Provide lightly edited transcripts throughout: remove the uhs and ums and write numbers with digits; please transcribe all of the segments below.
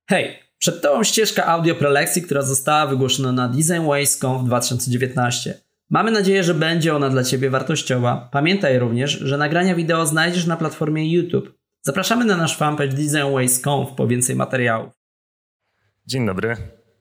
Hej, przed Tobą ścieżka audio prelekcji, która została wygłoszona na DesignWays.conf 2019. Mamy nadzieję, że będzie ona dla Ciebie wartościowa. Pamiętaj również, że nagrania wideo znajdziesz na platformie YouTube. Zapraszamy na nasz fanpage DesignWays.conf po więcej materiałów. Dzień dobry.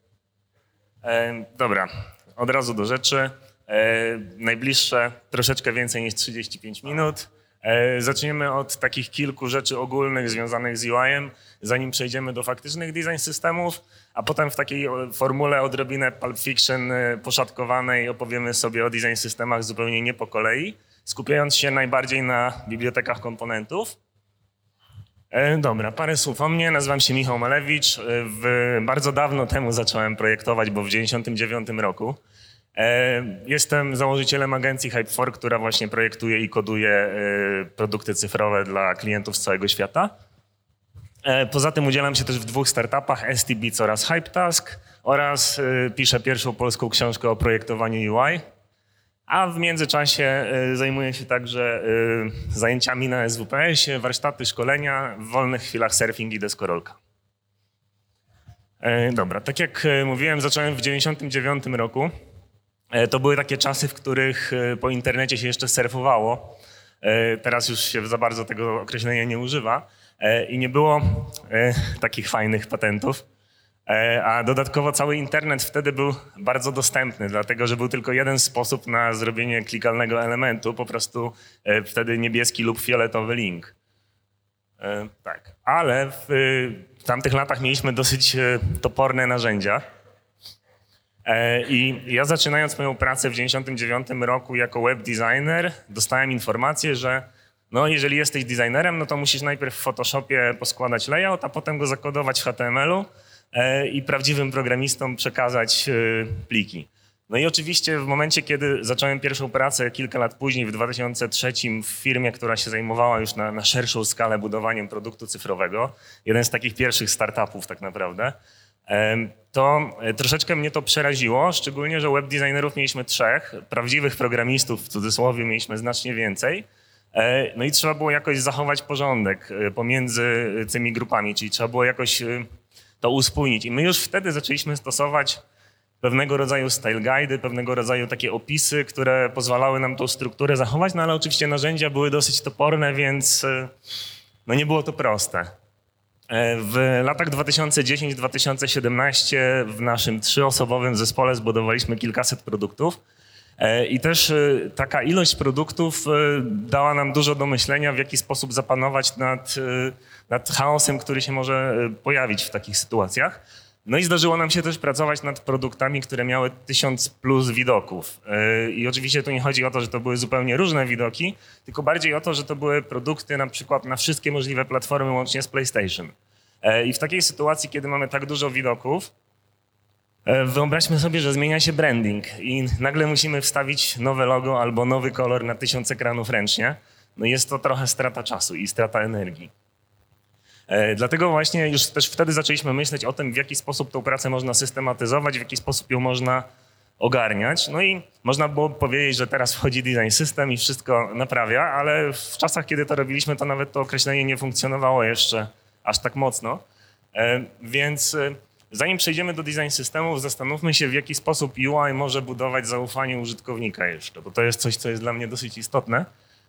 Dobra, od razu do rzeczy. Najbliższe troszeczkę więcej niż 35 minut. Zaczniemy od takich kilku rzeczy ogólnych związanych z UI-em, zanim przejdziemy do faktycznych design systemów, a potem w takiej formule odrobinę Pulp Fiction poszatkowanej opowiemy sobie o design systemach zupełnie nie po kolei, skupiając się najbardziej na bibliotekach komponentów. Dobra, parę słów o mnie. Nazywam się Michał Malewicz. Bardzo dawno temu zacząłem projektować, bo w 1999 roku. Jestem założycielem agencji Hype4, która właśnie projektuje i koduje produkty cyfrowe dla klientów z całego świata. Poza tym udzielam się też w dwóch startupach, STBeats oraz HypeTask, oraz piszę pierwszą polską książkę o projektowaniu UI. A w międzyczasie zajmuję się także zajęciami na SWPS-ie, warsztaty, szkolenia, w wolnych chwilach surfing i deskorolka. Dobra, tak jak mówiłem, zacząłem w 1999 roku. To były takie czasy, w których po internecie się jeszcze surfowało. Teraz już się za bardzo tego określenia nie używa i nie było takich fajnych patentów. A dodatkowo cały internet wtedy był bardzo dostępny, dlatego że był tylko jeden sposób na zrobienie klikalnego elementu, po prostu wtedy niebieski lub fioletowy link. Tak. Ale w tamtych latach mieliśmy dosyć toporne narzędzia. I ja zaczynając moją pracę w 1999 roku jako web designer dostałem informację, że no, jeżeli jesteś designerem, no to musisz najpierw w Photoshopie poskładać layout, a potem go zakodować w HTML-u i prawdziwym programistom przekazać pliki. No i oczywiście w momencie, kiedy zacząłem pierwszą pracę kilka lat później, w 2003 w firmie, która się zajmowała już na szerszą skalę budowaniem produktu cyfrowego, jeden z takich pierwszych startupów tak naprawdę, to troszeczkę mnie to przeraziło, szczególnie, że web designerów mieliśmy trzech, prawdziwych programistów w cudzysłowie mieliśmy znacznie więcej. No i trzeba było jakoś zachować porządek pomiędzy tymi grupami, czyli trzeba było jakoś to uspójnić. I my już wtedy zaczęliśmy stosować pewnego rodzaju style guide'y, pewnego rodzaju takie opisy, które pozwalały nam tą strukturę zachować, no ale oczywiście narzędzia były dosyć toporne, więc no nie było to proste. W latach 2010-2017 w naszym trzyosobowym zespole zbudowaliśmy kilkaset produktów i też taka ilość produktów dała nam dużo do myślenia, w jaki sposób zapanować nad chaosem, który się może pojawić w takich sytuacjach. No i zdarzyło nam się też pracować nad produktami, które miały 1000 plus widoków. I oczywiście tu nie chodzi o to, że to były zupełnie różne widoki, tylko bardziej o to, że to były produkty na przykład na wszystkie możliwe platformy łącznie z PlayStation. I w takiej sytuacji, kiedy mamy tak dużo widoków, wyobraźmy sobie, że zmienia się branding i nagle musimy wstawić nowe logo albo nowy kolor na 1000 ekranów ręcznie. No jest to trochę strata czasu i strata energii. Dlatego właśnie już też wtedy zaczęliśmy myśleć o tym, w jaki sposób tą pracę można systematyzować, w jaki sposób ją można ogarniać. No i można było powiedzieć, że teraz wchodzi design system i wszystko naprawia, ale w czasach, kiedy to robiliśmy, to nawet to określenie nie funkcjonowało jeszcze aż tak mocno. Więc zanim przejdziemy do design systemów, zastanówmy się, w jaki sposób UI może budować zaufanie użytkownika jeszcze, bo to jest coś, co jest dla mnie dosyć istotne.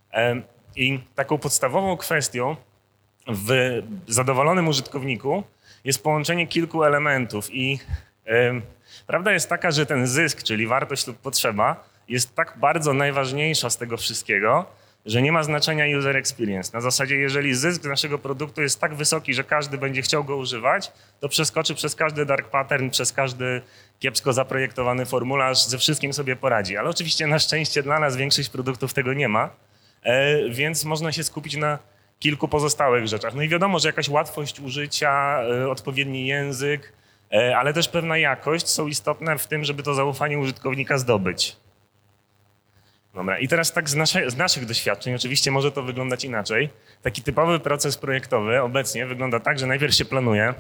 I taką podstawową kwestią w zadowolonym użytkowniku jest połączenie kilku elementów i prawda jest taka, że ten zysk, czyli wartość lub potrzeba, jest tak bardzo najważniejsza z tego wszystkiego, że nie ma znaczenia user experience. Na zasadzie, jeżeli zysk z naszego produktu jest tak wysoki, że każdy będzie chciał go używać, to przeskoczy przez każdy dark pattern, przez każdy kiepsko zaprojektowany formularz, ze wszystkim sobie poradzi. Ale oczywiście na szczęście dla nas większość produktów tego nie ma, więc można się skupić na kilku pozostałych rzeczach. No i wiadomo, że jakaś łatwość użycia, odpowiedni język, ale też pewna jakość są istotne w tym, żeby to zaufanie użytkownika zdobyć. Dobra, i teraz tak z naszych doświadczeń, oczywiście może to wyglądać inaczej. Taki typowy proces projektowy obecnie wygląda tak, że najpierw się planuje,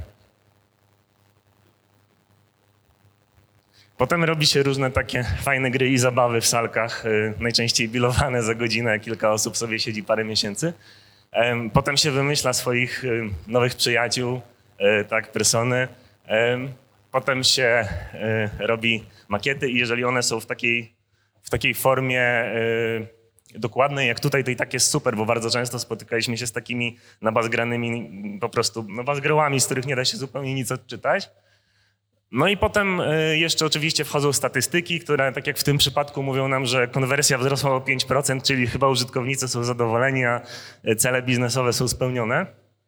potem robi się różne takie fajne gry i zabawy w salkach, najczęściej bilowane za godzinę, kilka osób sobie siedzi parę miesięcy. Potem się wymyśla swoich nowych przyjaciół, tak, persony. Potem się robi makiety i jeżeli one są w takiej formie dokładnej jak tutaj, to i tak jest super, bo bardzo często spotykaliśmy się z takimi nabazgranymi po prostu nabazgrałami, z których nie da się zupełnie nic odczytać. No i potem jeszcze oczywiście wchodzą statystyki, które tak jak w tym przypadku mówią nam, że konwersja wzrosła o 5%, czyli chyba użytkownicy są zadowoleni, a cele biznesowe są spełnione.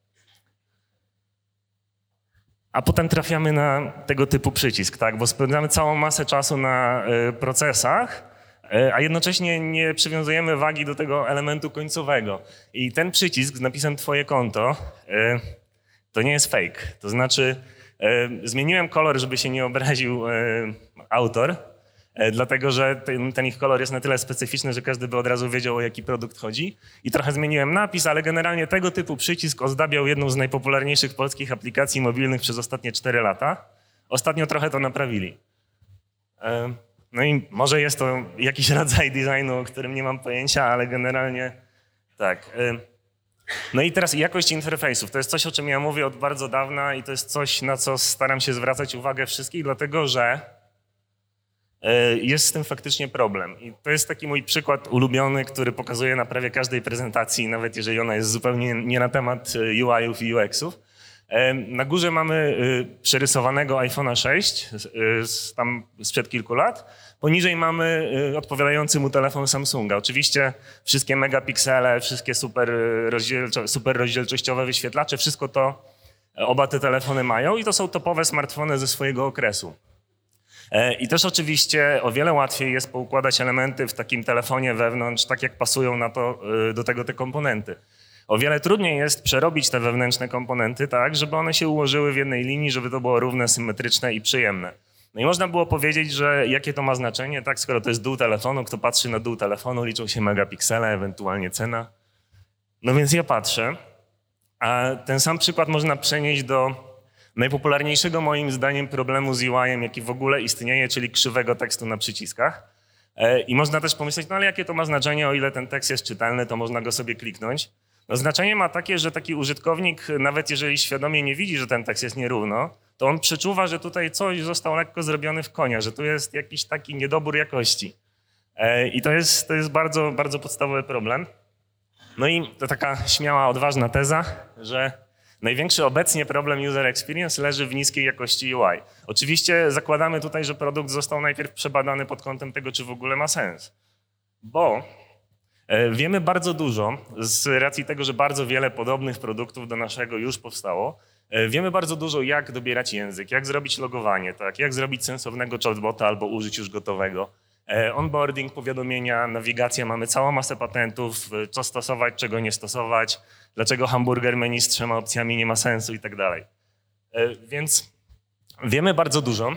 A potem trafiamy na tego typu przycisk, tak? Bo spędzamy całą masę czasu na procesach, a jednocześnie nie przywiązujemy wagi do tego elementu końcowego. I ten przycisk z napisem twoje konto to nie jest fake. To znaczy zmieniłem kolor, żeby się nie obraził autor, dlatego że ten ich kolor jest na tyle specyficzny, że każdy by od razu wiedział, o jaki produkt chodzi. I trochę zmieniłem napis, ale generalnie tego typu przycisk ozdabiał jedną z najpopularniejszych polskich aplikacji mobilnych przez ostatnie 4 lata. Ostatnio trochę to naprawili. No i może jest to jakiś rodzaj designu, o którym nie mam pojęcia, ale generalnie tak. No i teraz jakość interfejsów. To jest coś, o czym ja mówię od bardzo dawna i to jest coś, na co staram się zwracać uwagę wszystkich, dlatego że jest z tym faktycznie problem. I to jest taki mój przykład ulubiony, który pokazuję na prawie każdej prezentacji, nawet jeżeli ona jest zupełnie nie na temat UI-ów i UX-ów. Na górze mamy przerysowanego iPhone'a 6 tam sprzed kilku lat. Poniżej mamy odpowiadający mu telefon Samsunga. Oczywiście wszystkie megapiksele, wszystkie super rozdzielczościowe wyświetlacze, wszystko to oba te telefony mają i to są topowe smartfony ze swojego okresu. I też oczywiście o wiele łatwiej jest poukładać elementy w takim telefonie wewnątrz, tak jak pasują do tego te komponenty. O wiele trudniej jest przerobić te wewnętrzne komponenty tak, żeby one się ułożyły w jednej linii, żeby to było równe, symetryczne i przyjemne. No i można było powiedzieć, że jakie to ma znaczenie, tak, skoro to jest dół telefonu, kto patrzy na dół telefonu, liczą się megapiksele, ewentualnie cena. No więc ja patrzę, a ten sam przykład można przenieść do najpopularniejszego moim zdaniem problemu z UI-em, jaki w ogóle istnieje, czyli krzywego tekstu na przyciskach. I można też pomyśleć, no ale jakie to ma znaczenie, o ile ten tekst jest czytelny, to można go sobie kliknąć. No znaczenie ma takie, że taki użytkownik, nawet jeżeli świadomie nie widzi, że ten tekst jest nierówno, to on przeczuwa, że tutaj coś został lekko zrobiony w konia, że tu jest jakiś taki niedobór jakości. I to jest bardzo, bardzo podstawowy problem. No i to taka śmiała, odważna teza, że największy obecnie problem user experience leży w niskiej jakości UI. Oczywiście zakładamy tutaj, że produkt został najpierw przebadany pod kątem tego, czy w ogóle ma sens. Bo wiemy bardzo dużo, z racji tego, że bardzo wiele podobnych produktów do naszego już powstało, wiemy bardzo dużo, jak dobierać język, jak zrobić logowanie, tak, jak zrobić sensownego chatbota albo użyć już gotowego. Onboarding, powiadomienia, nawigacja, mamy całą masę patentów, co stosować, czego nie stosować, dlaczego hamburger menu z 3 opcjami nie ma sensu i tak dalej. Więc wiemy bardzo dużo,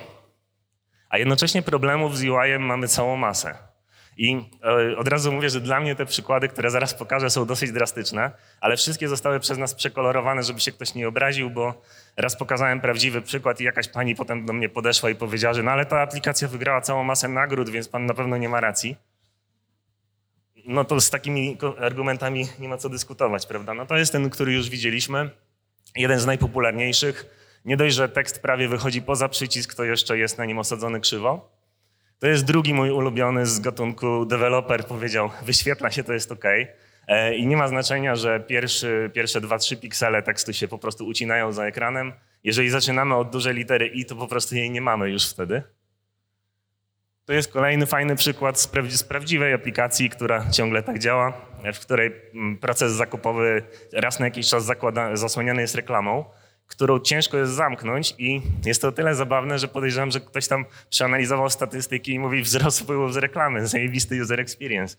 a jednocześnie problemów z UI-em mamy całą masę. I od razu mówię, że dla mnie te przykłady, które zaraz pokażę, są dosyć drastyczne, ale wszystkie zostały przez nas przekolorowane, żeby się ktoś nie obraził, bo raz pokazałem prawdziwy przykład i jakaś pani potem do mnie podeszła i powiedziała, że no ale ta aplikacja wygrała całą masę nagród, więc pan na pewno nie ma racji. No to z takimi argumentami nie ma co dyskutować, prawda? No to jest ten, który już widzieliśmy, jeden z najpopularniejszych. Nie dość, że tekst prawie wychodzi poza przycisk, to jeszcze jest na nim osadzony krzywo. To jest drugi mój ulubiony z gatunku deweloper powiedział, wyświetla się, to jest OK. I nie ma znaczenia, że pierwsze 2-3 piksele tekstu się po prostu ucinają za ekranem. Jeżeli zaczynamy od dużej litery I, to po prostu jej nie mamy już wtedy. To jest kolejny fajny przykład z prawdziwej aplikacji, która ciągle tak działa, w której proces zakupowy raz na jakiś czas zasłaniany jest reklamą, którą ciężko jest zamknąć i jest to o tyle zabawne, że podejrzewam, że ktoś tam przeanalizował statystyki i mówi wzrost wpływów z reklamy, zajebisty user experience.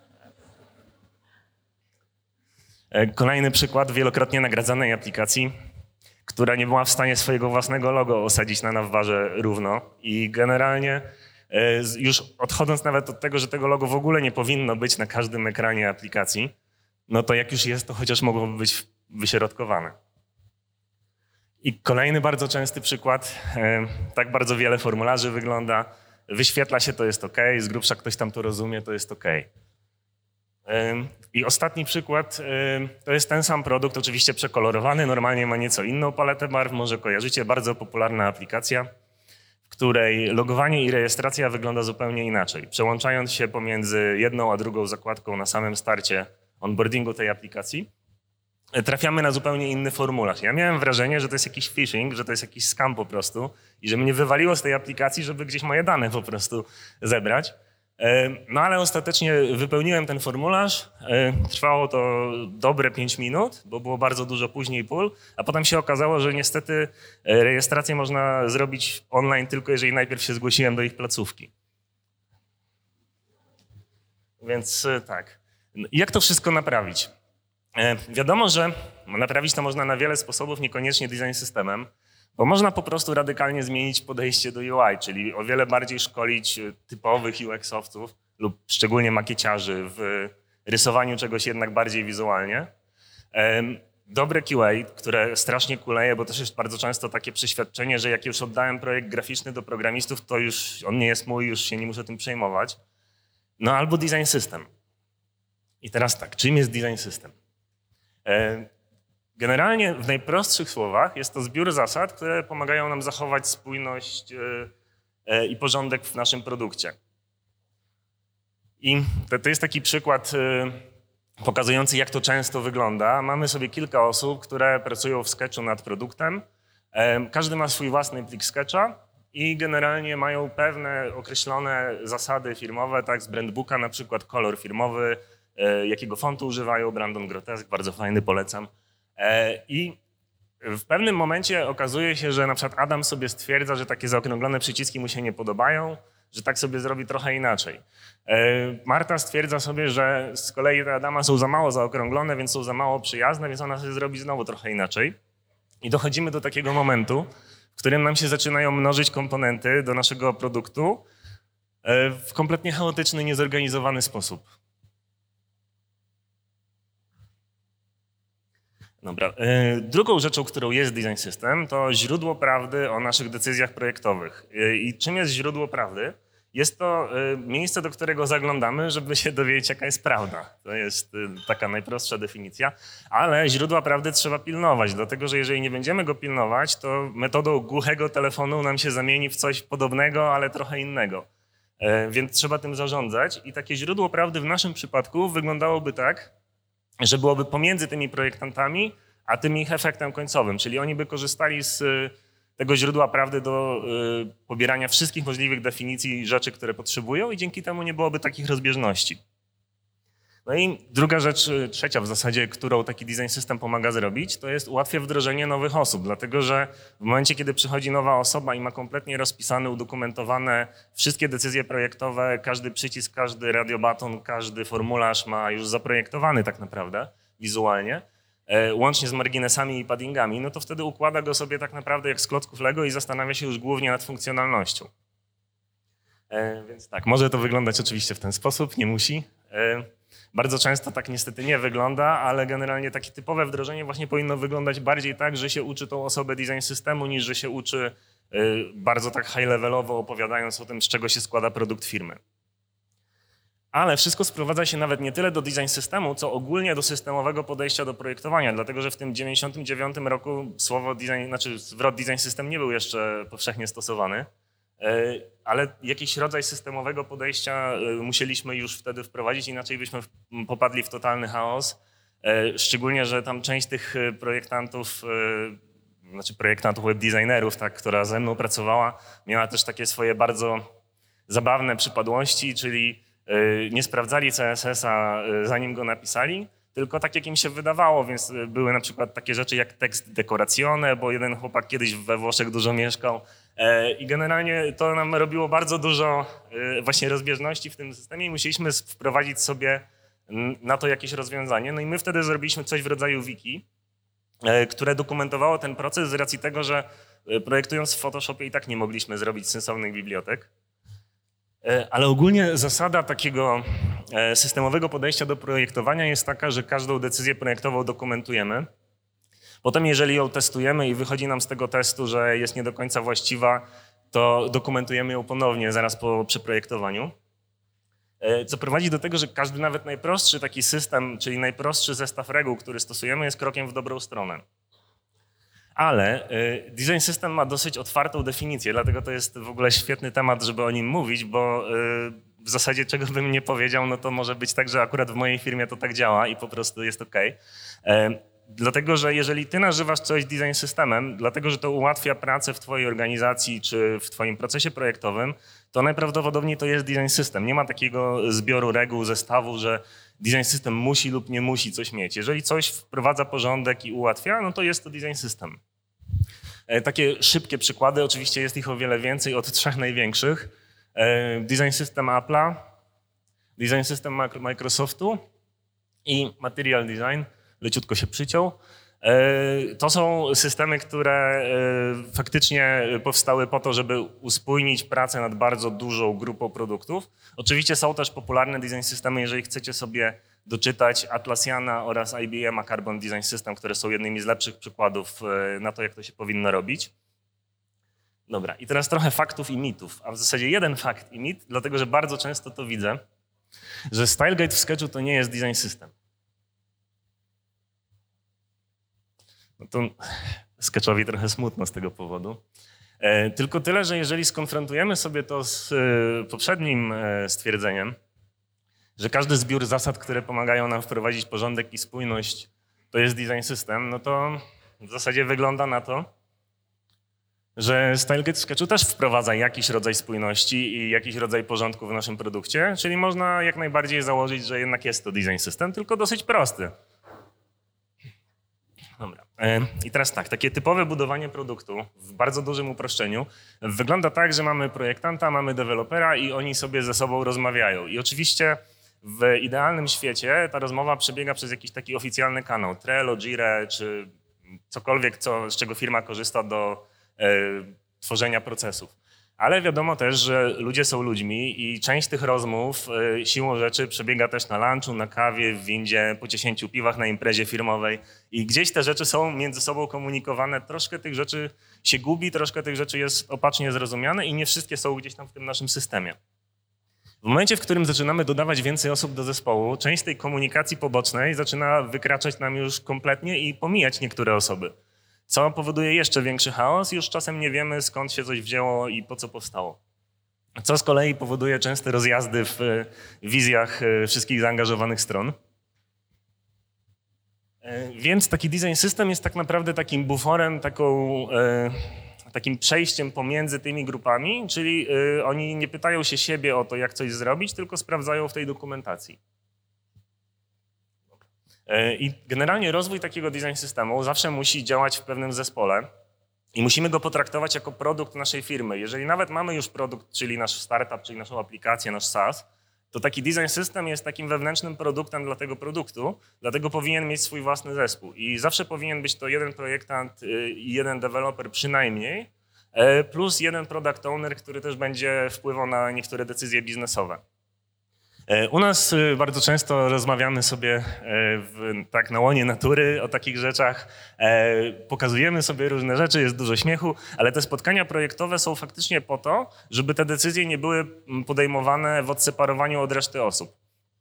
Kolejny przykład wielokrotnie nagradzanej aplikacji, która nie była w stanie swojego własnego logo osadzić na navbarze równo i generalnie już odchodząc nawet od tego, że tego logo w ogóle nie powinno być na każdym ekranie aplikacji, no to jak już jest, to chociaż mogłoby być wyśrodkowane. I kolejny bardzo częsty przykład, tak bardzo wiele formularzy wygląda, wyświetla się, to jest OK, z grubsza ktoś tam to rozumie, to jest OK. I ostatni przykład to jest ten sam produkt, oczywiście przekolorowany, normalnie ma nieco inną paletę barw, może kojarzycie, bardzo popularna aplikacja, w której logowanie i rejestracja wygląda zupełnie inaczej. Przełączając się pomiędzy jedną a drugą zakładką na samym starcie onboardingu tej aplikacji, trafiamy na zupełnie inny formularz. Ja miałem wrażenie, że to jest jakiś phishing, że to jest jakiś scam po prostu i że mnie wywaliło z tej aplikacji, żeby gdzieś moje dane po prostu zebrać. No ale ostatecznie wypełniłem ten formularz. Trwało to dobre 5 minut, bo było bardzo dużo później pól, a potem się okazało, że niestety rejestrację można zrobić online tylko jeżeli najpierw się zgłosiłem do ich placówki. Więc tak. Jak to wszystko naprawić? Wiadomo, że naprawić to można na wiele sposobów, niekoniecznie design systemem, bo można po prostu radykalnie zmienić podejście do UI, czyli o wiele bardziej szkolić typowych UX-owców lub szczególnie makieciarzy w rysowaniu czegoś jednak bardziej wizualnie. Dobre QA, które strasznie kuleje, bo też jest bardzo często takie przeświadczenie, że jak już oddałem projekt graficzny do programistów, to już on nie jest mój, już się nie muszę tym przejmować. No albo design system. I teraz tak, czym jest design system? Generalnie w najprostszych słowach jest to zbiór zasad, które pomagają nam zachować spójność i porządek w naszym produkcie. I to jest taki przykład pokazujący, jak to często wygląda. Mamy sobie kilka osób, które pracują w Sketchu nad produktem. Każdy ma swój własny plik Sketcha i generalnie mają pewne określone zasady firmowe, tak z brandbooka, na przykład kolor firmowy, jakiego fontu używają, Brandon Grotesque, bardzo fajny, polecam. I w pewnym momencie okazuje się, że na przykład Adam sobie stwierdza, że takie zaokrąglone przyciski mu się nie podobają, że tak sobie zrobi trochę inaczej. Marta stwierdza sobie, że z kolei te Adama są za mało zaokrąglone, więc są za mało przyjazne, więc ona sobie zrobi znowu trochę inaczej. I dochodzimy do takiego momentu, w którym nam się zaczynają mnożyć komponenty do naszego produktu w kompletnie chaotyczny, niezorganizowany sposób. Dobra. Drugą rzeczą, którą jest design system, to źródło prawdy o naszych decyzjach projektowych. I czym jest źródło prawdy? Jest to miejsce, do którego zaglądamy, żeby się dowiedzieć, jaka jest prawda. To jest taka najprostsza definicja, ale źródła prawdy trzeba pilnować, dlatego że jeżeli nie będziemy go pilnować, to metodą głuchego telefonu nam się zamieni w coś podobnego, ale trochę innego. Więc trzeba tym zarządzać i takie źródło prawdy w naszym przypadku wyglądałoby tak, że byłoby pomiędzy tymi projektantami, a tym ich efektem końcowym. Czyli oni by korzystali z tego źródła prawdy do pobierania wszystkich możliwych definicji rzeczy, które potrzebują i dzięki temu nie byłoby takich rozbieżności. No i druga rzecz, trzecia w zasadzie, którą taki design system pomaga zrobić, to jest ułatwia wdrożenie nowych osób, dlatego że w momencie, kiedy przychodzi nowa osoba i ma kompletnie rozpisane, udokumentowane wszystkie decyzje projektowe, każdy przycisk, każdy radiobaton, każdy formularz ma już zaprojektowany tak naprawdę wizualnie, łącznie z marginesami i paddingami, no to wtedy układa go sobie tak naprawdę jak z klocków Lego i zastanawia się już głównie nad funkcjonalnością. Więc tak, może to wyglądać oczywiście w ten sposób, nie musi. Bardzo często tak niestety nie wygląda, ale generalnie takie typowe wdrożenie właśnie powinno wyglądać bardziej tak, że się uczy tą osobę design systemu, niż że się uczy bardzo tak high-levelowo opowiadając o tym, z czego się składa produkt firmy. Ale wszystko sprowadza się nawet nie tyle do design systemu, co ogólnie do systemowego podejścia do projektowania, dlatego że w tym 1999 roku słowo design, znaczy zwrot design system nie był jeszcze powszechnie stosowany. Ale jakiś rodzaj systemowego podejścia musieliśmy już wtedy wprowadzić, inaczej byśmy popadli w totalny chaos. Szczególnie, że tam część tych projektantów, znaczy projektantów webdesignerów, tak, która ze mną pracowała, miała też takie swoje bardzo zabawne przypadłości, czyli nie sprawdzali CSS-a zanim go napisali, tylko tak jak im się wydawało, więc były na przykład takie rzeczy jak tekst decorazione, bo jeden chłopak kiedyś we Włoszech dużo mieszkał i generalnie to nam robiło bardzo dużo właśnie rozbieżności w tym systemie i musieliśmy wprowadzić sobie na to jakieś rozwiązanie. No i my wtedy zrobiliśmy coś w rodzaju wiki, które dokumentowało ten proces z racji tego, że projektując w Photoshopie i tak nie mogliśmy zrobić sensownych bibliotek. Ale ogólnie zasada takiego systemowego podejścia do projektowania jest taka, że każdą decyzję projektową dokumentujemy. Potem jeżeli ją testujemy i wychodzi nam z tego testu, że jest nie do końca właściwa, to dokumentujemy ją ponownie zaraz po przeprojektowaniu. co prowadzi do tego, że każdy nawet najprostszy taki system, czyli najprostszy zestaw reguł, który stosujemy, jest krokiem w dobrą stronę. Ale design system ma dosyć otwartą definicję, dlatego to jest w ogóle świetny temat, żeby o nim mówić, bo w zasadzie czego bym nie powiedział, no to może być tak, że akurat w mojej firmie to tak działa i po prostu jest okej. Dlatego, że jeżeli ty nazywasz coś design systemem, dlatego, że to ułatwia pracę w twojej organizacji czy w twoim procesie projektowym, to najprawdopodobniej to jest design system. Nie ma takiego zbioru reguł, zestawu, że design system musi lub nie musi coś mieć. Jeżeli coś wprowadza porządek i ułatwia, no to jest to design system. Takie szybkie przykłady, oczywiście jest ich o wiele więcej, od 3 największych. Design system Apple'a, design system Microsoftu i Material Design, leciutko się przyciął. To są systemy, które faktycznie powstały po to, żeby uspójnić pracę nad bardzo dużą grupą produktów. Oczywiście są też popularne design systemy, jeżeli chcecie sobie doczytać Atlassiana oraz IBM Carbon Design System, które są jednymi z lepszych przykładów na to, jak to się powinno robić. Dobra, i teraz trochę faktów i mitów, a w zasadzie jeden fakt i mit, dlatego że bardzo często to widzę, że Style Guide w Sketchu to nie jest design system. No to Sketchowi trochę smutno z tego powodu. Tylko tyle, że jeżeli skonfrontujemy sobie to z poprzednim stwierdzeniem, że każdy zbiór zasad, które pomagają nam wprowadzić porządek i spójność, to jest design system, no to w zasadzie wygląda na to, że Style Guide w Sketchu też wprowadza jakiś rodzaj spójności i jakiś rodzaj porządku w naszym produkcie, czyli można jak najbardziej założyć, że jednak jest to design system, tylko dosyć prosty. Dobra. I teraz tak, takie typowe budowanie produktu w bardzo dużym uproszczeniu wygląda tak, że mamy projektanta, mamy dewelopera i oni sobie ze sobą rozmawiają. I oczywiście w idealnym świecie ta rozmowa przebiega przez jakiś taki oficjalny kanał, Trello, Jira czy cokolwiek, z czego firma korzysta do tworzenia procesów. Ale wiadomo też, że ludzie są ludźmi i część tych rozmów siłą rzeczy przebiega też na lunchu, na kawie, w windzie, po 10 piwach na imprezie firmowej i gdzieś te rzeczy są między sobą komunikowane. Troszkę tych rzeczy się gubi, troszkę tych rzeczy jest opacznie zrozumiane i nie wszystkie są gdzieś tam w tym naszym systemie. W momencie, w którym zaczynamy dodawać więcej osób do zespołu, część tej komunikacji pobocznej zaczyna wykraczać nam już kompletnie i pomijać niektóre osoby. Co powoduje jeszcze większy chaos i już czasem nie wiemy, skąd się coś wzięło i po co powstało. Co z kolei powoduje częste rozjazdy w wizjach wszystkich zaangażowanych stron. Więc taki design system jest tak naprawdę takim buforem, takim przejściem pomiędzy tymi grupami, czyli oni nie pytają się siebie o to, jak coś zrobić, tylko sprawdzają w tej dokumentacji. I generalnie rozwój takiego design systemu zawsze musi działać w pewnym zespole i musimy go potraktować jako produkt naszej firmy. Jeżeli nawet mamy już produkt, czyli nasz startup, czyli naszą aplikację, nasz SaaS, to taki design system jest takim wewnętrznym produktem dla tego produktu, dlatego powinien mieć swój własny zespół. I zawsze powinien być to jeden projektant i jeden deweloper przynajmniej, plus jeden product owner, który też będzie wpływał na niektóre decyzje biznesowe. U nas bardzo często rozmawiamy sobie tak na łonie natury o takich rzeczach, pokazujemy sobie różne rzeczy, jest dużo śmiechu, ale te spotkania projektowe są faktycznie po to, żeby te decyzje nie były podejmowane w odseparowaniu od reszty osób.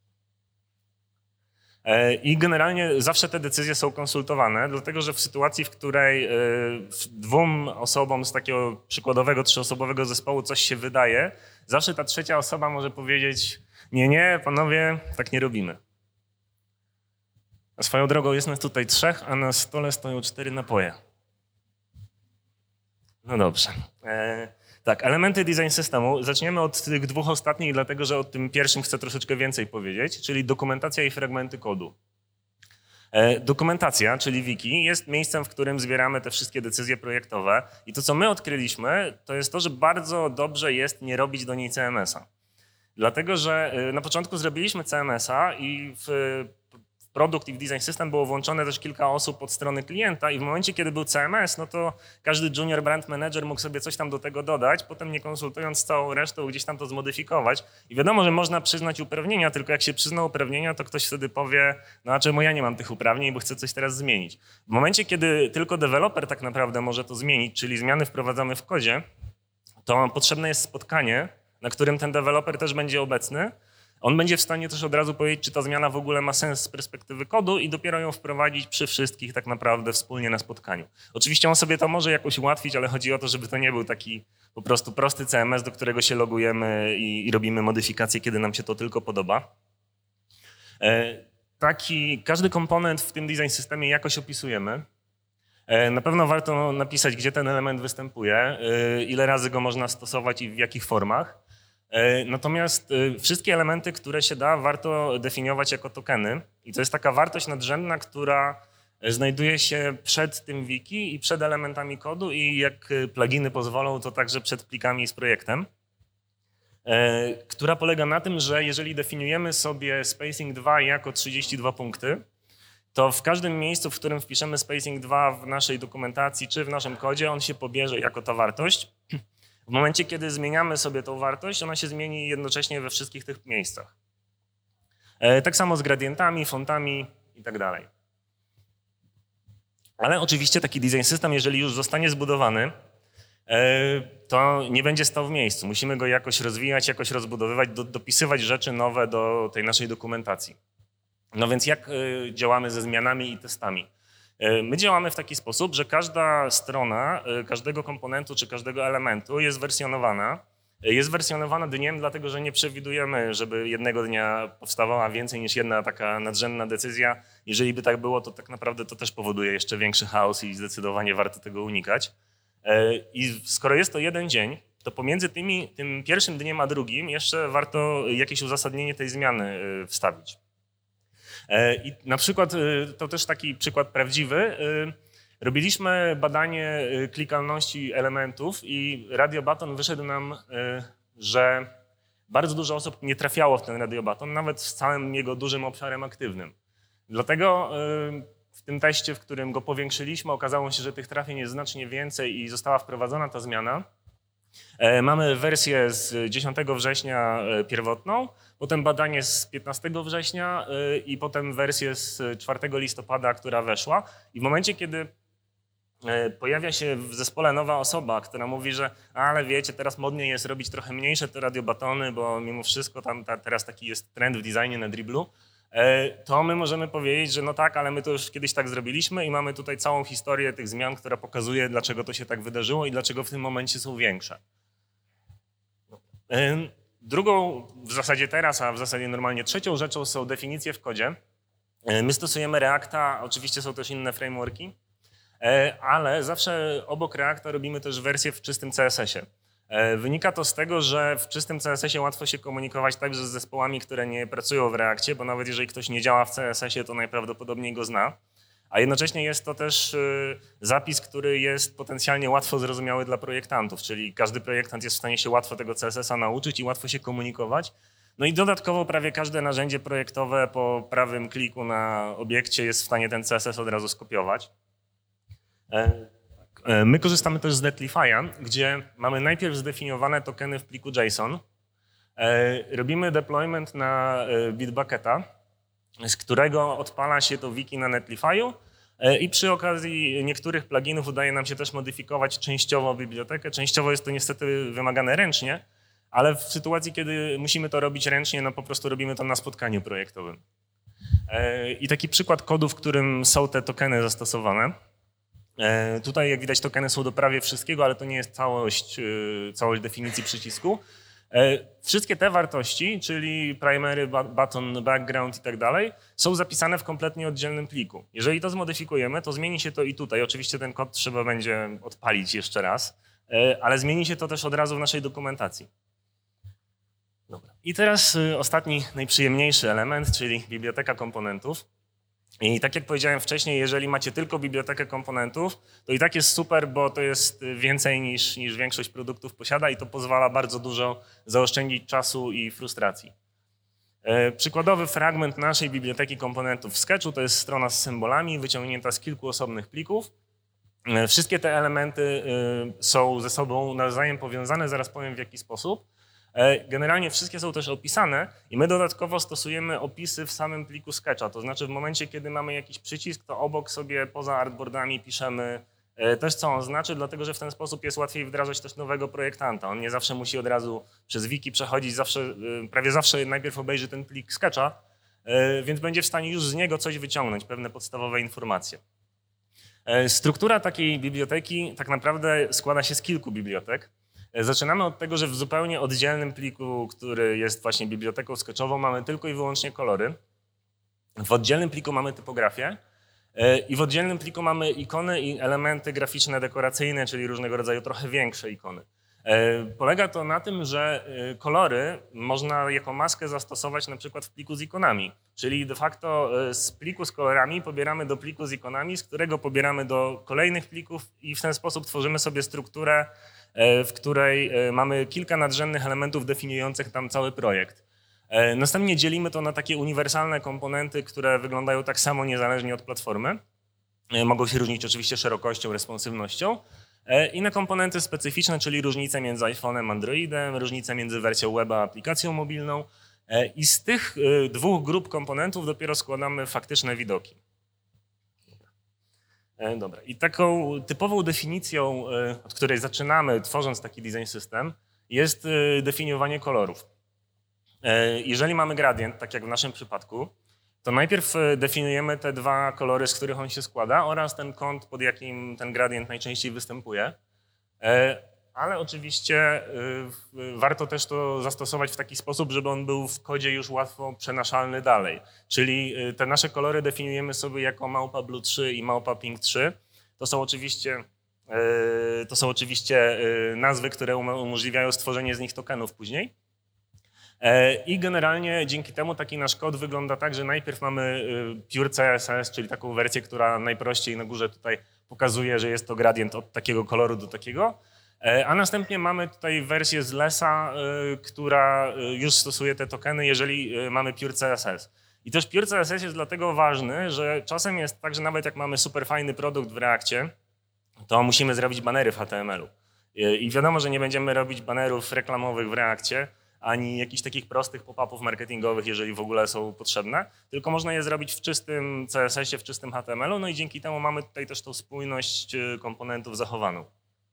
I generalnie zawsze te decyzje są konsultowane, dlatego że w sytuacji, w której dwóm osobom z takiego przykładowego 3-osobowego zespołu coś się wydaje, zawsze ta trzecia osoba może powiedzieć: nie, panowie, tak nie robimy. A swoją drogą jest nas tutaj 3, a na stole stoją 4 napoje. No dobrze. Tak, elementy design systemu. Zaczniemy od tych 2 ostatnich, dlatego że o tym pierwszym chcę troszeczkę więcej powiedzieć, czyli dokumentacja i fragmenty kodu. Dokumentacja, czyli wiki, jest miejscem, w którym zbieramy te wszystkie decyzje projektowe i to, co my odkryliśmy, to jest to, że bardzo dobrze jest nie robić do niej CMS-a. Dlatego, że na początku zrobiliśmy CMS-a i w produkt i w design system było włączone też kilka osób od strony klienta i w momencie, kiedy był CMS, no to każdy junior brand manager mógł sobie coś tam do tego dodać, potem nie konsultując z całą resztą gdzieś tam to zmodyfikować. I wiadomo, że można przyznać uprawnienia, tylko jak się przyzna uprawnienia, to ktoś wtedy powie: no a czemu ja nie mam tych uprawnień, bo chcę coś teraz zmienić. W momencie, kiedy tylko deweloper tak naprawdę może to zmienić, czyli zmiany wprowadzamy w kodzie, to potrzebne jest spotkanie, na którym ten deweloper też będzie obecny, On będzie w stanie też od razu powiedzieć, czy ta zmiana w ogóle ma sens z perspektywy kodu i dopiero ją wprowadzić przy wszystkich tak naprawdę wspólnie na spotkaniu. Oczywiście on sobie to może jakoś ułatwić, ale chodzi o to, żeby to nie był taki po prostu prosty CMS, do którego się logujemy i robimy modyfikacje, kiedy nam się to tylko podoba. Każdy komponent w tym design systemie jakoś opisujemy. Na pewno warto napisać, gdzie ten element występuje, ile razy go można stosować i w jakich formach. Natomiast wszystkie elementy, które się da, warto definiować jako tokeny. I to jest taka wartość nadrzędna, która znajduje się przed tym wiki i przed elementami kodu i jak pluginy pozwolą, to także przed plikami z projektem. Która polega na tym, że jeżeli definiujemy sobie spacing 2 jako 32 punkty, to w każdym miejscu, w którym wpiszemy spacing 2 w naszej dokumentacji czy w naszym kodzie, on się pobierze jako ta wartość. W momencie, kiedy zmieniamy sobie tą wartość, ona się zmieni jednocześnie we wszystkich tych miejscach. Tak samo z gradientami, fontami i tak dalej. Ale oczywiście taki design system, jeżeli już zostanie zbudowany, to nie będzie stał w miejscu. Musimy go jakoś rozwijać, jakoś rozbudowywać, dopisywać rzeczy nowe do tej naszej dokumentacji. No więc jak działamy ze zmianami i testami? My działamy w taki sposób, że każda strona każdego komponentu czy każdego elementu jest wersjonowana. Jest wersjonowana dniem, dlatego że nie przewidujemy, żeby jednego dnia powstawała więcej niż jedna taka nadrzędna decyzja. Jeżeli by tak było, to tak naprawdę to też powoduje jeszcze większy chaos i zdecydowanie warto tego unikać. I skoro jest to jeden dzień, to pomiędzy tym pierwszym dniem a drugim jeszcze warto jakieś uzasadnienie tej zmiany wstawić. I na przykład, to też taki przykład prawdziwy, robiliśmy badanie klikalności elementów i Radio Button wyszedł nam, że bardzo dużo osób nie trafiało w ten Radio Button, nawet z całym jego dużym obszarem aktywnym. Dlatego w tym teście, w którym go powiększyliśmy, okazało się, że tych trafień jest znacznie więcej i została wprowadzona ta zmiana. Mamy wersję z 10 września pierwotną, potem badanie z 15 września i potem wersję z 4 listopada, która weszła. I w momencie, kiedy pojawia się w zespole nowa osoba, która mówi, że ale wiecie, teraz modnie jest robić trochę mniejsze te radiobatony, bo mimo wszystko tam teraz taki jest trend w designie na Dribblu, to my możemy powiedzieć, że no tak, ale my to już kiedyś tak zrobiliśmy i mamy tutaj całą historię tych zmian, która pokazuje, dlaczego to się tak wydarzyło i dlaczego w tym momencie są większe. Drugą w zasadzie teraz, a w zasadzie normalnie trzecią rzeczą są definicje w kodzie. My stosujemy Reacta, oczywiście są też inne frameworki, ale zawsze obok Reacta robimy też wersję w czystym CSS-ie. Wynika to z tego, że w czystym CSS-ie łatwo się komunikować także z zespołami, które nie pracują w Reactie, bo nawet jeżeli ktoś nie działa w CSS-ie, to najprawdopodobniej go zna. A jednocześnie jest to też zapis, który jest potencjalnie łatwo zrozumiały dla projektantów, czyli każdy projektant jest w stanie się łatwo tego CSS-a nauczyć i łatwo się komunikować. No i dodatkowo prawie każde narzędzie projektowe po prawym kliku na obiekcie jest w stanie ten CSS od razu skopiować. My korzystamy też z Netlify'a, gdzie mamy najpierw zdefiniowane tokeny w pliku JSON. Robimy deployment na Bitbucketa, z którego odpala się to wiki na Netlify'u i przy okazji niektórych pluginów udaje nam się też modyfikować częściowo bibliotekę. Częściowo jest to niestety wymagane ręcznie, ale w sytuacji, kiedy musimy to robić ręcznie, no po prostu robimy to na spotkaniu projektowym. I taki przykład kodu, w którym są te tokeny zastosowane. Tutaj, jak widać, tokeny są do prawie wszystkiego, ale to nie jest całość definicji przycisku. Wszystkie te wartości, czyli primary, button, background i tak dalej, są zapisane w kompletnie oddzielnym pliku. Jeżeli to zmodyfikujemy, to zmieni się to i tutaj. Oczywiście ten kod trzeba będzie odpalić jeszcze raz, ale zmieni się to też od razu w naszej dokumentacji. Dobra. I teraz ostatni, najprzyjemniejszy element, czyli biblioteka komponentów. I tak jak powiedziałem wcześniej, jeżeli macie tylko bibliotekę komponentów, to i tak jest super, bo to jest więcej niż większość produktów posiada i to pozwala bardzo dużo zaoszczędzić czasu i frustracji. Przykładowy fragment naszej biblioteki komponentów w Sketchu to jest strona z symbolami wyciągnięta z kilku osobnych plików. Wszystkie te elementy są ze sobą nawzajem powiązane, zaraz powiem w jaki sposób. Generalnie wszystkie są też opisane i my dodatkowo stosujemy opisy w samym pliku Sketcha. To znaczy w momencie, kiedy mamy jakiś przycisk, to obok sobie poza artboardami piszemy Też co on znaczy, dlatego że w ten sposób jest łatwiej wdrażać też nowego projektanta. On nie zawsze musi od razu przez wiki przechodzić, prawie zawsze najpierw obejrzy ten plik Sketcha, więc będzie w stanie już z niego coś wyciągnąć, pewne podstawowe informacje. Struktura takiej biblioteki tak naprawdę składa się z kilku bibliotek. Zaczynamy od tego, że w zupełnie oddzielnym pliku, który jest właśnie biblioteką sketchową, mamy tylko i wyłącznie kolory. W oddzielnym pliku mamy typografię i w oddzielnym pliku mamy ikony i elementy graficzne, dekoracyjne, czyli różnego rodzaju trochę większe ikony. Polega to na tym, że kolory można jako maskę zastosować na przykład w pliku z ikonami, czyli de facto z pliku z kolorami pobieramy do pliku z ikonami, z którego pobieramy do kolejnych plików i w ten sposób tworzymy sobie strukturę, w której mamy kilka nadrzędnych elementów definiujących tam cały projekt. Następnie dzielimy to na takie uniwersalne komponenty, które wyglądają tak samo niezależnie od platformy. Mogą się różnić oczywiście szerokością, responsywnością. I na komponenty specyficzne, czyli różnice między iPhone'em a Androidem, różnice między wersją weba a aplikacją mobilną. I z tych dwóch grup komponentów dopiero składamy faktyczne widoki. Dobra. I taką typową definicją, od której zaczynamy, tworząc taki design system, jest definiowanie kolorów. Jeżeli mamy gradient, tak jak w naszym przypadku, to najpierw definiujemy te dwa kolory, z których on się składa oraz ten kąt, pod jakim ten gradient najczęściej występuje. Ale oczywiście warto też to zastosować w taki sposób, żeby on był w kodzie już łatwo przenaszalny dalej. Czyli te nasze kolory definiujemy sobie jako małpa blue 3 i małpa pink 3. To są oczywiście nazwy, które umożliwiają stworzenie z nich tokenów później. I generalnie dzięki temu taki nasz kod wygląda tak, że najpierw mamy pure CSS, czyli taką wersję, która najprościej na górze tutaj pokazuje, że jest to gradient od takiego koloru do takiego, a następnie mamy tutaj wersję z Lesa, która już stosuje te tokeny, jeżeli mamy pure CSS. I też pure CSS jest dlatego ważny, że czasem jest tak, że nawet jak mamy super fajny produkt w Reakcie, to musimy zrobić banery w HTML-u. I wiadomo, że nie będziemy robić banerów reklamowych w Reakcie, ani jakichś takich prostych pop-upów marketingowych, jeżeli w ogóle są potrzebne, tylko można je zrobić w czystym CSS-ie, w czystym HTML-u, no i dzięki temu mamy tutaj też tą spójność komponentów zachowaną.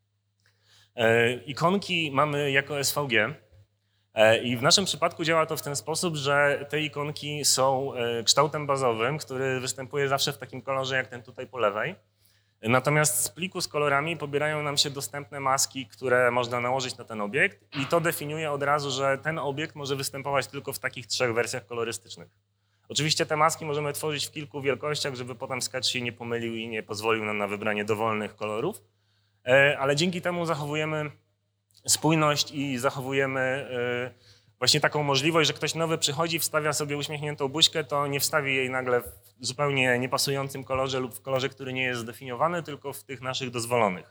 Ikonki mamy jako SVG i w naszym przypadku działa to w ten sposób, że te ikonki są kształtem bazowym, który występuje zawsze w takim kolorze jak ten tutaj po lewej. Natomiast z pliku z kolorami pobierają nam się dostępne maski, które można nałożyć na ten obiekt i to definiuje od razu, że ten obiekt może występować tylko w takich 3 wersjach kolorystycznych. Oczywiście te maski możemy tworzyć w kilku wielkościach, żeby potem Sketch się nie pomylił i nie pozwolił nam na wybranie dowolnych kolorów, ale dzięki temu zachowujemy spójność i zachowujemy właśnie taką możliwość, że ktoś nowy przychodzi, wstawia sobie uśmiechniętą buźkę, to nie wstawi jej nagle w zupełnie niepasującym kolorze lub w kolorze, który nie jest zdefiniowany, tylko w tych naszych dozwolonych.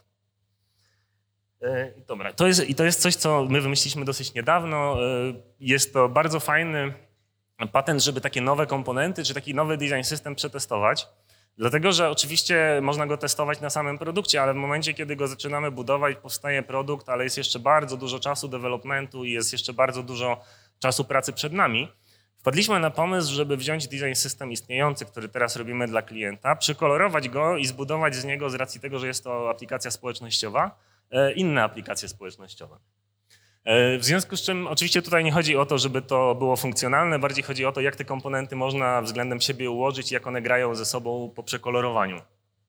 Dobra, to jest coś, co my wymyśliliśmy dosyć niedawno. Jest to bardzo fajny patent, żeby takie nowe komponenty czy taki nowy design system przetestować. Dlatego, że oczywiście można go testować na samym produkcie, ale w momencie, kiedy go zaczynamy budować, powstaje produkt, ale jest jeszcze bardzo dużo czasu developmentu i jest jeszcze bardzo dużo czasu pracy przed nami. Wpadliśmy na pomysł, żeby wziąć design system istniejący, który teraz robimy dla klienta, przykolorować go i zbudować z niego, z racji tego, że jest to aplikacja społecznościowa, inne aplikacje społecznościowe. W związku z czym oczywiście tutaj nie chodzi o to, żeby to było funkcjonalne, bardziej chodzi o to, jak te komponenty można względem siebie ułożyć i jak one grają ze sobą po przekolorowaniu.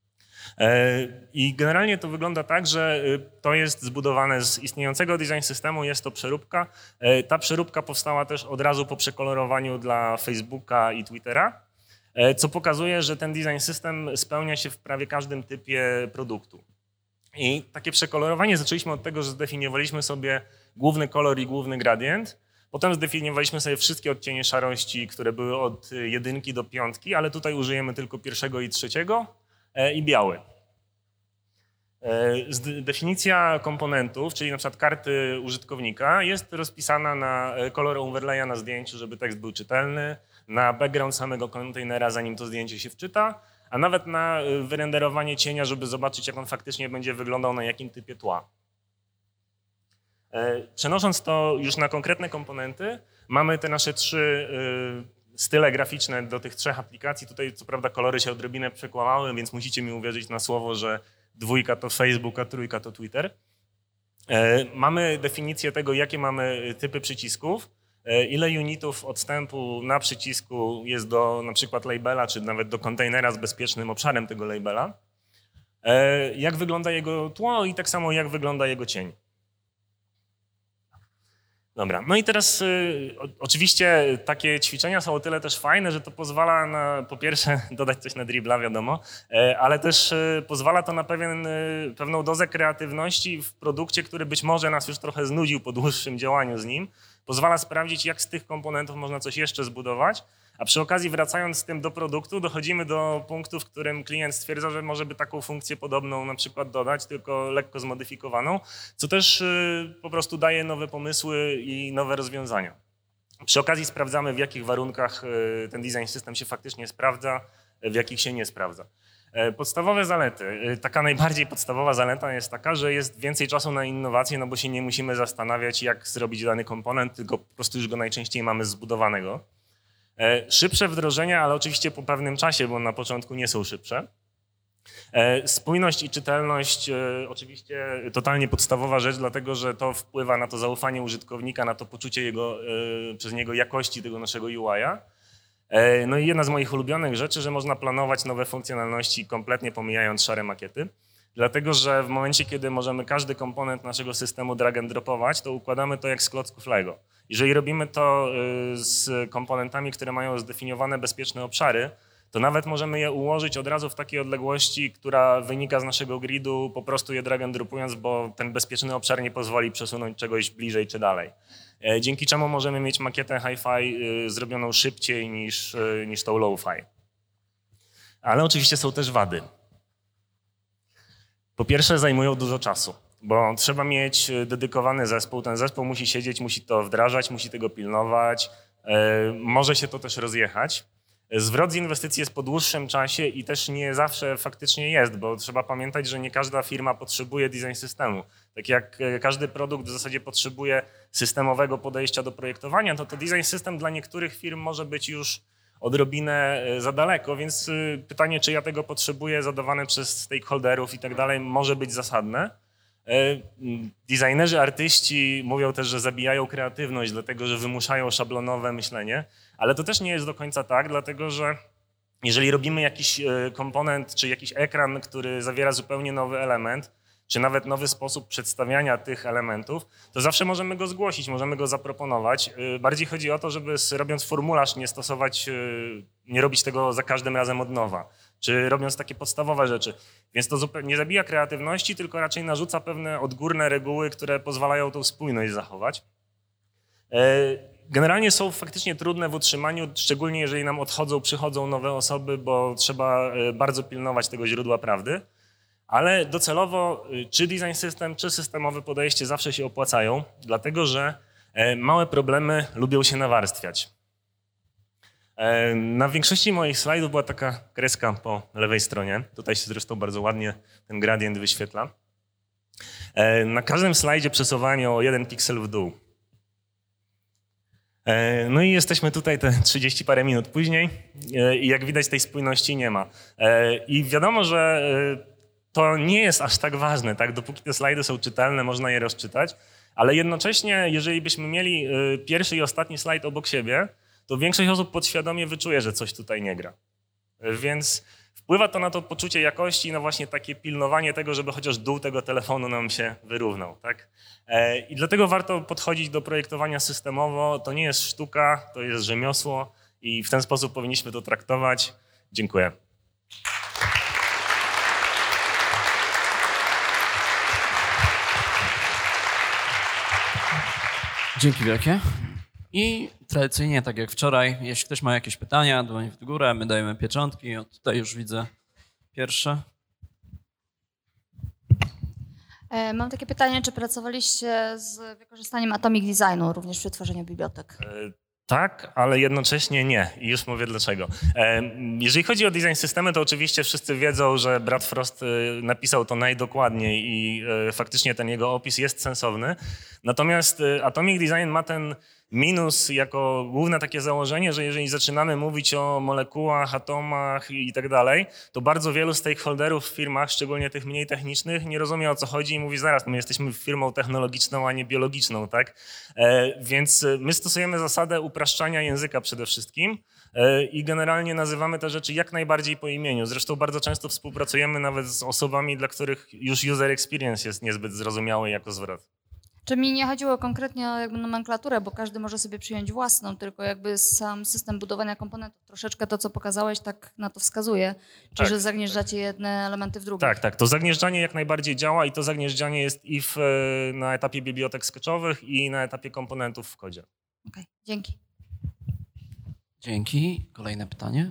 I generalnie to wygląda tak, że to jest zbudowane z istniejącego design systemu, jest to przeróbka. Ta przeróbka powstała też od razu po przekolorowaniu dla Facebooka i Twittera, co pokazuje, że ten design system spełnia się w prawie każdym typie produktu. I takie przekolorowanie zaczęliśmy od tego, że zdefiniowaliśmy sobie główny kolor i główny gradient. Potem zdefiniowaliśmy sobie wszystkie odcienie szarości, które były od 1 do 5, ale tutaj użyjemy tylko 1 i 3 i biały. Definicja komponentów, czyli na przykład karty użytkownika, jest rozpisana na kolor overlaya na zdjęciu, żeby tekst był czytelny, na background samego kontenera, zanim to zdjęcie się wczyta, a nawet na wyrenderowanie cienia, żeby zobaczyć, jak on faktycznie będzie wyglądał na jakim typie tła. Przenosząc to już na konkretne komponenty, mamy te nasze 3 style graficzne do tych 3 aplikacji. Tutaj co prawda kolory się odrobinę przekłamały, więc musicie mi uwierzyć na słowo, że 2 to Facebook, a 3 to Twitter. Mamy definicję tego, jakie mamy typy przycisków, ile unitów odstępu na przycisku jest do na przykład labela, czy nawet do kontenera z bezpiecznym obszarem tego labela, jak wygląda jego tło i tak samo jak wygląda jego cień. Dobra, no i teraz oczywiście takie ćwiczenia są o tyle też fajne, że to pozwala na, po pierwsze, dodać coś na dribla, wiadomo, ale też pozwala to na pewną dozę kreatywności w produkcie, który być może nas już trochę znudził po dłuższym działaniu z nim. Pozwala sprawdzić, jak z tych komponentów można coś jeszcze zbudować, a przy okazji wracając z tym do produktu, dochodzimy do punktu, w którym klient stwierdza, że może by taką funkcję podobną na przykład dodać, tylko lekko zmodyfikowaną, co też po prostu daje nowe pomysły i nowe rozwiązania. Przy okazji sprawdzamy, w jakich warunkach ten design system się faktycznie sprawdza, w jakich się nie sprawdza. Podstawowe zalety. Taka najbardziej podstawowa zaleta jest taka, że jest więcej czasu na innowacje, no bo się nie musimy zastanawiać, jak zrobić dany komponent, tylko po prostu już go najczęściej mamy zbudowanego. Szybsze wdrożenia, ale oczywiście po pewnym czasie, bo na początku nie są szybsze. Spójność i czytelność oczywiście totalnie podstawowa rzecz, dlatego że to wpływa na to zaufanie użytkownika, na to poczucie przez niego jakości tego naszego UI-a. No i jedna z moich ulubionych rzeczy, że można planować nowe funkcjonalności kompletnie pomijając szare makiety. Dlatego, że w momencie, kiedy możemy każdy komponent naszego systemu drag and dropować, to układamy to jak z klocków Lego. Jeżeli robimy to z komponentami, które mają zdefiniowane bezpieczne obszary, to nawet możemy je ułożyć od razu w takiej odległości, która wynika z naszego gridu, po prostu je drag and dropując, bo ten bezpieczny obszar nie pozwoli przesunąć czegoś bliżej czy dalej. Dzięki czemu możemy mieć makietę hi-fi zrobioną szybciej niż tą low-fi. Ale oczywiście są też wady. Po pierwsze zajmują dużo czasu, bo trzeba mieć dedykowany zespół. Ten zespół musi siedzieć, musi to wdrażać, musi tego pilnować. Może się to też rozjechać. Zwrot z inwestycji jest po dłuższym czasie i też nie zawsze faktycznie jest, bo trzeba pamiętać, że nie każda firma potrzebuje design systemu. Tak jak każdy produkt w zasadzie potrzebuje systemowego podejścia do projektowania, to design system dla niektórych firm może być już odrobinę za daleko, więc pytanie, czy ja tego potrzebuję, zadawane przez stakeholderów i tak dalej, może być zasadne. Designerzy, artyści mówią też, że zabijają kreatywność, dlatego że wymuszają szablonowe myślenie, ale to też nie jest do końca tak, dlatego że jeżeli robimy jakiś komponent czy jakiś ekran, który zawiera zupełnie nowy element, czy nawet nowy sposób przedstawiania tych elementów, to zawsze możemy go zgłosić, możemy go zaproponować. Bardziej chodzi o to, żeby robiąc formularz nie robić tego za każdym razem od nowa, czy robiąc takie podstawowe rzeczy. Więc to nie zabija kreatywności, tylko raczej narzuca pewne odgórne reguły, które pozwalają tą spójność zachować. Generalnie są faktycznie trudne w utrzymaniu, szczególnie jeżeli nam przychodzą nowe osoby, bo trzeba bardzo pilnować tego źródła prawdy. Ale docelowo czy design system, czy systemowe podejście zawsze się opłacają, dlatego że małe problemy lubią się nawarstwiać. Na większości moich slajdów była taka kreska po lewej stronie. Tutaj się zresztą bardzo ładnie ten gradient wyświetla. Na każdym slajdzie przesuwałem ją o 1 piksel w dół. No i jesteśmy tutaj te 30 parę minut później i jak widać tej spójności nie ma. I wiadomo, że to nie jest aż tak ważne, tak? Dopóki te slajdy są czytelne, można je rozczytać, ale jednocześnie, jeżeli byśmy mieli pierwszy i ostatni slajd obok siebie, to większość osób podświadomie wyczuje, że coś tutaj nie gra. Więc wpływa to na to poczucie jakości i na właśnie takie pilnowanie tego, żeby chociaż dół tego telefonu nam się wyrównał. Tak? I dlatego warto podchodzić do projektowania systemowo. To nie jest sztuka, to jest rzemiosło i w ten sposób powinniśmy to traktować. Dziękuję. Dzięki wielkie. I tradycyjnie, tak jak wczoraj, jeśli ktoś ma jakieś pytania, dłoń w górę, my dajemy pieczątki. O, tutaj już widzę pierwsze. Mam takie pytanie, czy pracowaliście z wykorzystaniem Atomic Designu również przy tworzeniu bibliotek? Tak, ale jednocześnie nie. I już mówię dlaczego. Jeżeli chodzi o design systemy, to oczywiście wszyscy wiedzą, że Brad Frost napisał to najdokładniej i faktycznie ten jego opis jest sensowny. Natomiast Atomic Design ma ten minus jako główne takie założenie, że jeżeli zaczynamy mówić o molekułach, atomach i tak dalej, to bardzo wielu stakeholderów w firmach, szczególnie tych mniej technicznych, nie rozumie, o co chodzi i mówi zaraz, my jesteśmy firmą technologiczną, a nie biologiczną, tak? Więc my stosujemy zasadę upraszczania języka przede wszystkim i generalnie nazywamy te rzeczy jak najbardziej po imieniu. Zresztą bardzo często współpracujemy nawet z osobami, dla których już user experience jest niezbyt zrozumiały jako zwrot. Czy mi nie chodziło konkretnie o jakby nomenklaturę, bo każdy może sobie przyjąć własną, tylko jakby sam system budowania komponentów. Troszeczkę to, co pokazałeś, tak na to wskazuje. Czyli, Tak, że zagnieżdżacie jedne elementy w drugie. Tak. To zagnieżdżanie jak najbardziej działa i to zagnieżdżanie jest i na etapie bibliotek sketchowych i na etapie komponentów w kodzie. Okej, dzięki. Dzięki. Kolejne pytanie.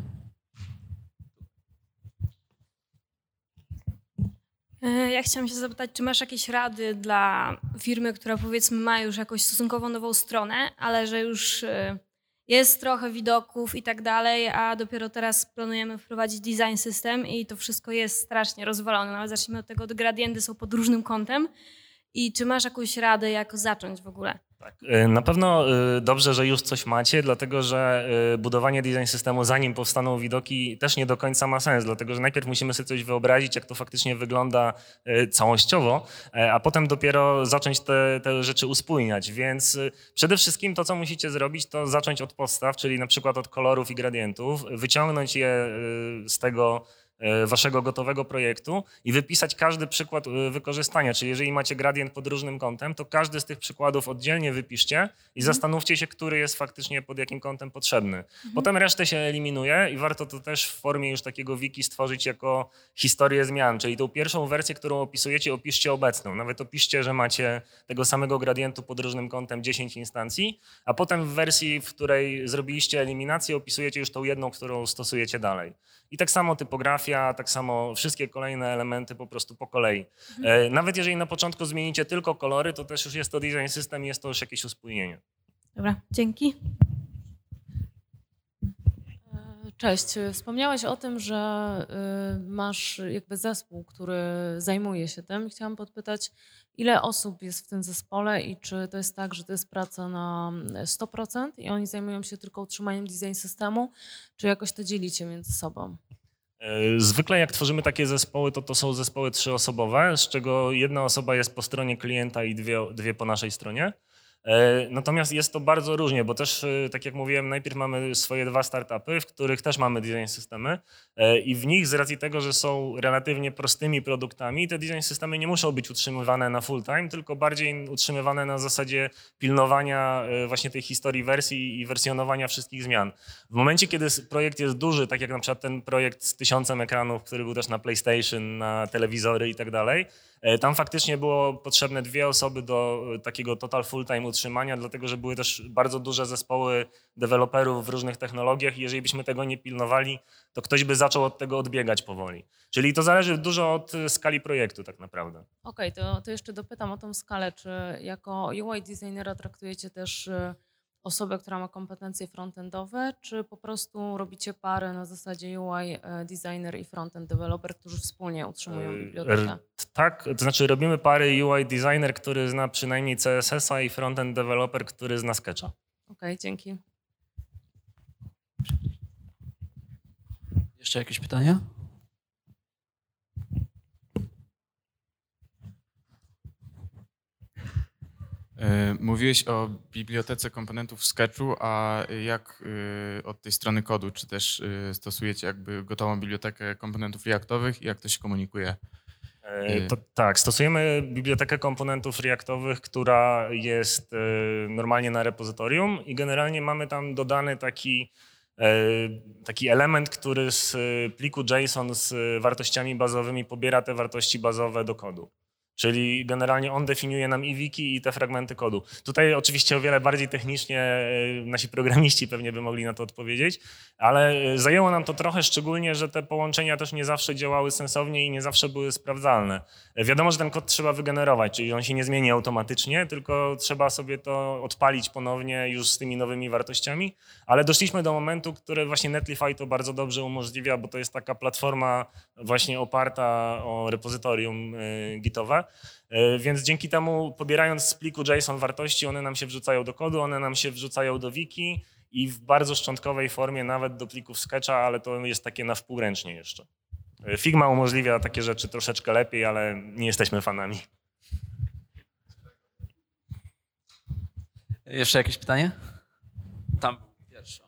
Ja chciałam się zapytać, czy masz jakieś rady dla firmy, która powiedzmy ma już jakąś stosunkowo nową stronę, ale że już jest trochę widoków i tak dalej, a dopiero teraz planujemy wprowadzić design system i to wszystko jest strasznie rozwalone. No ale zacznijmy od tego, gradienty są pod różnym kątem. I czy masz jakąś radę, jak zacząć w ogóle? Tak. Na pewno dobrze, że już coś macie, dlatego że budowanie design systemu, zanim powstaną widoki, też nie do końca ma sens, dlatego że najpierw musimy sobie coś wyobrazić, jak to faktycznie wygląda całościowo, a potem dopiero zacząć te rzeczy uspójniać. Więc przede wszystkim to, co musicie zrobić, to zacząć od podstaw, czyli na przykład od kolorów i gradientów, wyciągnąć je z tego waszego gotowego projektu i wypisać każdy przykład wykorzystania. Czyli jeżeli macie gradient pod różnym kątem, to każdy z tych przykładów oddzielnie wypiszcie i zastanówcie się, który jest faktycznie pod jakim kątem potrzebny. Potem resztę się eliminuje i warto to też w formie już takiego wiki stworzyć jako historię zmian. Czyli tą pierwszą wersję, którą opisujecie, opiszcie obecną. Nawet opiszcie, że macie tego samego gradientu pod różnym kątem 10 instancji, a potem w wersji, w której zrobiliście eliminację, opisujecie już tą jedną, którą stosujecie dalej. I tak samo typografia, tak samo wszystkie kolejne elementy po prostu po kolei. Nawet jeżeli na początku zmienicie tylko kolory, to też już jest to design system i jest to już jakieś uspójnienie. Dobra, dzięki. Cześć. Wspomniałeś o tym, że masz jakby zespół, który zajmuje się tym. Chciałam podpytać, ile osób jest w tym zespole i czy to jest tak, że to jest praca na 100% i oni zajmują się tylko utrzymaniem design systemu, czy jakoś to dzielicie między sobą? Zwykle jak tworzymy takie zespoły, to są zespoły 3-osobowe, z czego jedna osoba jest po stronie klienta i dwie po naszej stronie. Natomiast jest to bardzo różnie, bo też, tak jak mówiłem, najpierw mamy swoje 2 startupy, w których też mamy design systemy i w nich z racji tego, że są relatywnie prostymi produktami, te design systemy nie muszą być utrzymywane na full time, tylko bardziej utrzymywane na zasadzie pilnowania właśnie tej historii wersji i wersjonowania wszystkich zmian. W momencie, kiedy projekt jest duży, tak jak na przykład ten projekt z 1000 ekranów, który był też na PlayStation, na telewizory i tak dalej, tam faktycznie było potrzebne 2 osoby do takiego total full-time utrzymania, dlatego że były też bardzo duże zespoły deweloperów w różnych technologiach i jeżeli byśmy tego nie pilnowali, to ktoś by zaczął od tego odbiegać powoli. Czyli to zależy dużo od skali projektu tak naprawdę. Okej, to jeszcze dopytam o tą skalę. Czy jako UI designera traktujecie też osobę, która ma kompetencje frontendowe, czy po prostu robicie pary na zasadzie UI designer i frontend developer, którzy wspólnie utrzymują bibliotekę? Tak, to znaczy robimy pary UI designer, który zna przynajmniej CSS-a i frontend developer, który zna Sketcha. Okej, dzięki. Jeszcze jakieś pytania? Mówiłeś o bibliotece komponentów w Sketchu, a jak od tej strony kodu? Czy też stosujecie jakby gotową bibliotekę komponentów reactowych i jak to się komunikuje? Tak, stosujemy bibliotekę komponentów reactowych, która jest normalnie na repozytorium i generalnie mamy tam dodany taki element, który z pliku JSON z wartościami bazowymi pobiera te wartości bazowe do kodu. Czyli generalnie on definiuje nam i wiki, i te fragmenty kodu. Tutaj oczywiście o wiele bardziej technicznie nasi programiści pewnie by mogli na to odpowiedzieć, ale zajęło nam to trochę, szczególnie, że te połączenia też nie zawsze działały sensownie i nie zawsze były sprawdzalne. Wiadomo, że ten kod trzeba wygenerować, czyli on się nie zmieni automatycznie, tylko trzeba sobie to odpalić ponownie już z tymi nowymi wartościami, ale doszliśmy do momentu, który właśnie Netlify to bardzo dobrze umożliwia, bo to jest taka platforma właśnie oparta o repozytorium gitowe, Więc dzięki temu, pobierając z pliku JSON wartości, one nam się wrzucają do kodu, one nam się wrzucają do wiki i w bardzo szczątkowej formie nawet do plików Sketcha, ale to jest takie na wpółręcznie jeszcze. Figma umożliwia takie rzeczy troszeczkę lepiej, ale nie jesteśmy fanami. Jeszcze jakieś pytanie? Tam pierwsze.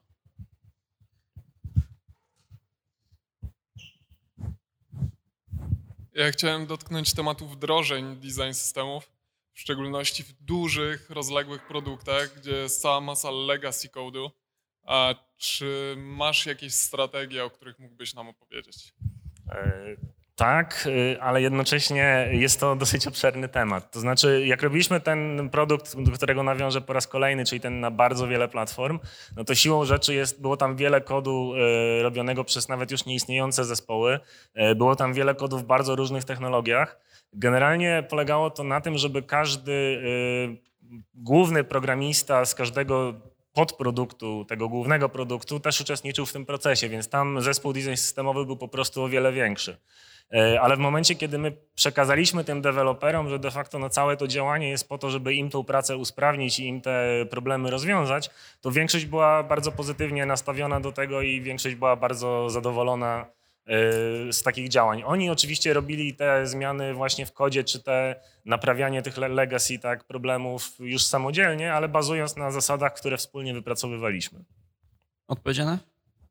Ja chciałem dotknąć tematu wdrożeń design systemów, w szczególności w dużych, rozległych produktach, gdzie jest cała masa legacy code'u. A czy masz jakieś strategie, o których mógłbyś nam opowiedzieć? Tak, ale jednocześnie jest to dosyć obszerny temat. To znaczy, jak robiliśmy ten produkt, do którego nawiążę po raz kolejny, czyli ten na bardzo wiele platform, no to siłą rzeczy było tam wiele kodu robionego przez nawet już nieistniejące zespoły. Było tam wiele kodów w bardzo różnych technologiach. Generalnie polegało to na tym, żeby każdy główny programista z każdego podproduktu, tego głównego produktu też uczestniczył w tym procesie, więc tam zespół design systemowy był po prostu o wiele większy. Ale w momencie, kiedy my przekazaliśmy tym deweloperom, że de facto no całe to działanie jest po to, żeby im tą pracę usprawnić i im te problemy rozwiązać, to większość była bardzo pozytywnie nastawiona do tego i większość była bardzo zadowolona z takich działań. Oni oczywiście robili te zmiany właśnie w kodzie, czy te naprawianie tych legacy problemów już samodzielnie, ale bazując na zasadach, które wspólnie wypracowywaliśmy. Odpowiedziane?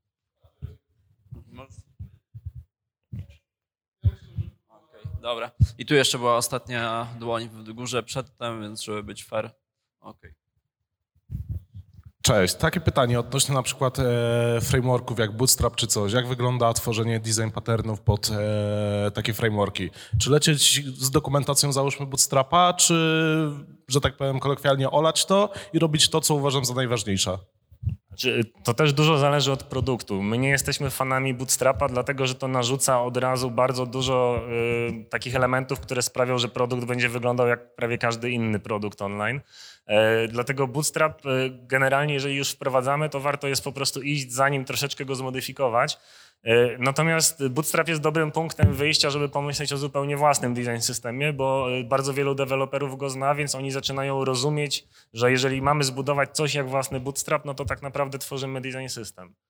Dobra. I tu jeszcze była ostatnia dłoń w górze przedtem, więc żeby być fair. Okay. Cześć. Takie pytanie odnośnie na przykład frameworków jak Bootstrap czy coś. Jak wygląda tworzenie design patternów pod takie frameworki? Czy lecieć z dokumentacją, załóżmy Bootstrapa, czy, że tak powiem kolokwialnie, olać to i robić to, co uważam za najważniejsze? To też dużo zależy od produktu. My nie jesteśmy fanami Bootstrapa, dlatego że to narzuca od razu bardzo dużo takich elementów, które sprawią, że produkt będzie wyglądał jak prawie każdy inny produkt online. Dlatego Bootstrap generalnie, jeżeli już wprowadzamy, to warto jest po prostu iść za nim, troszeczkę go zmodyfikować. Natomiast Bootstrap jest dobrym punktem wyjścia, żeby pomyśleć o zupełnie własnym design systemie, bo bardzo wielu deweloperów go zna, więc oni zaczynają rozumieć, że jeżeli mamy zbudować coś jak własny Bootstrap, no to tak naprawdę tworzymy design system.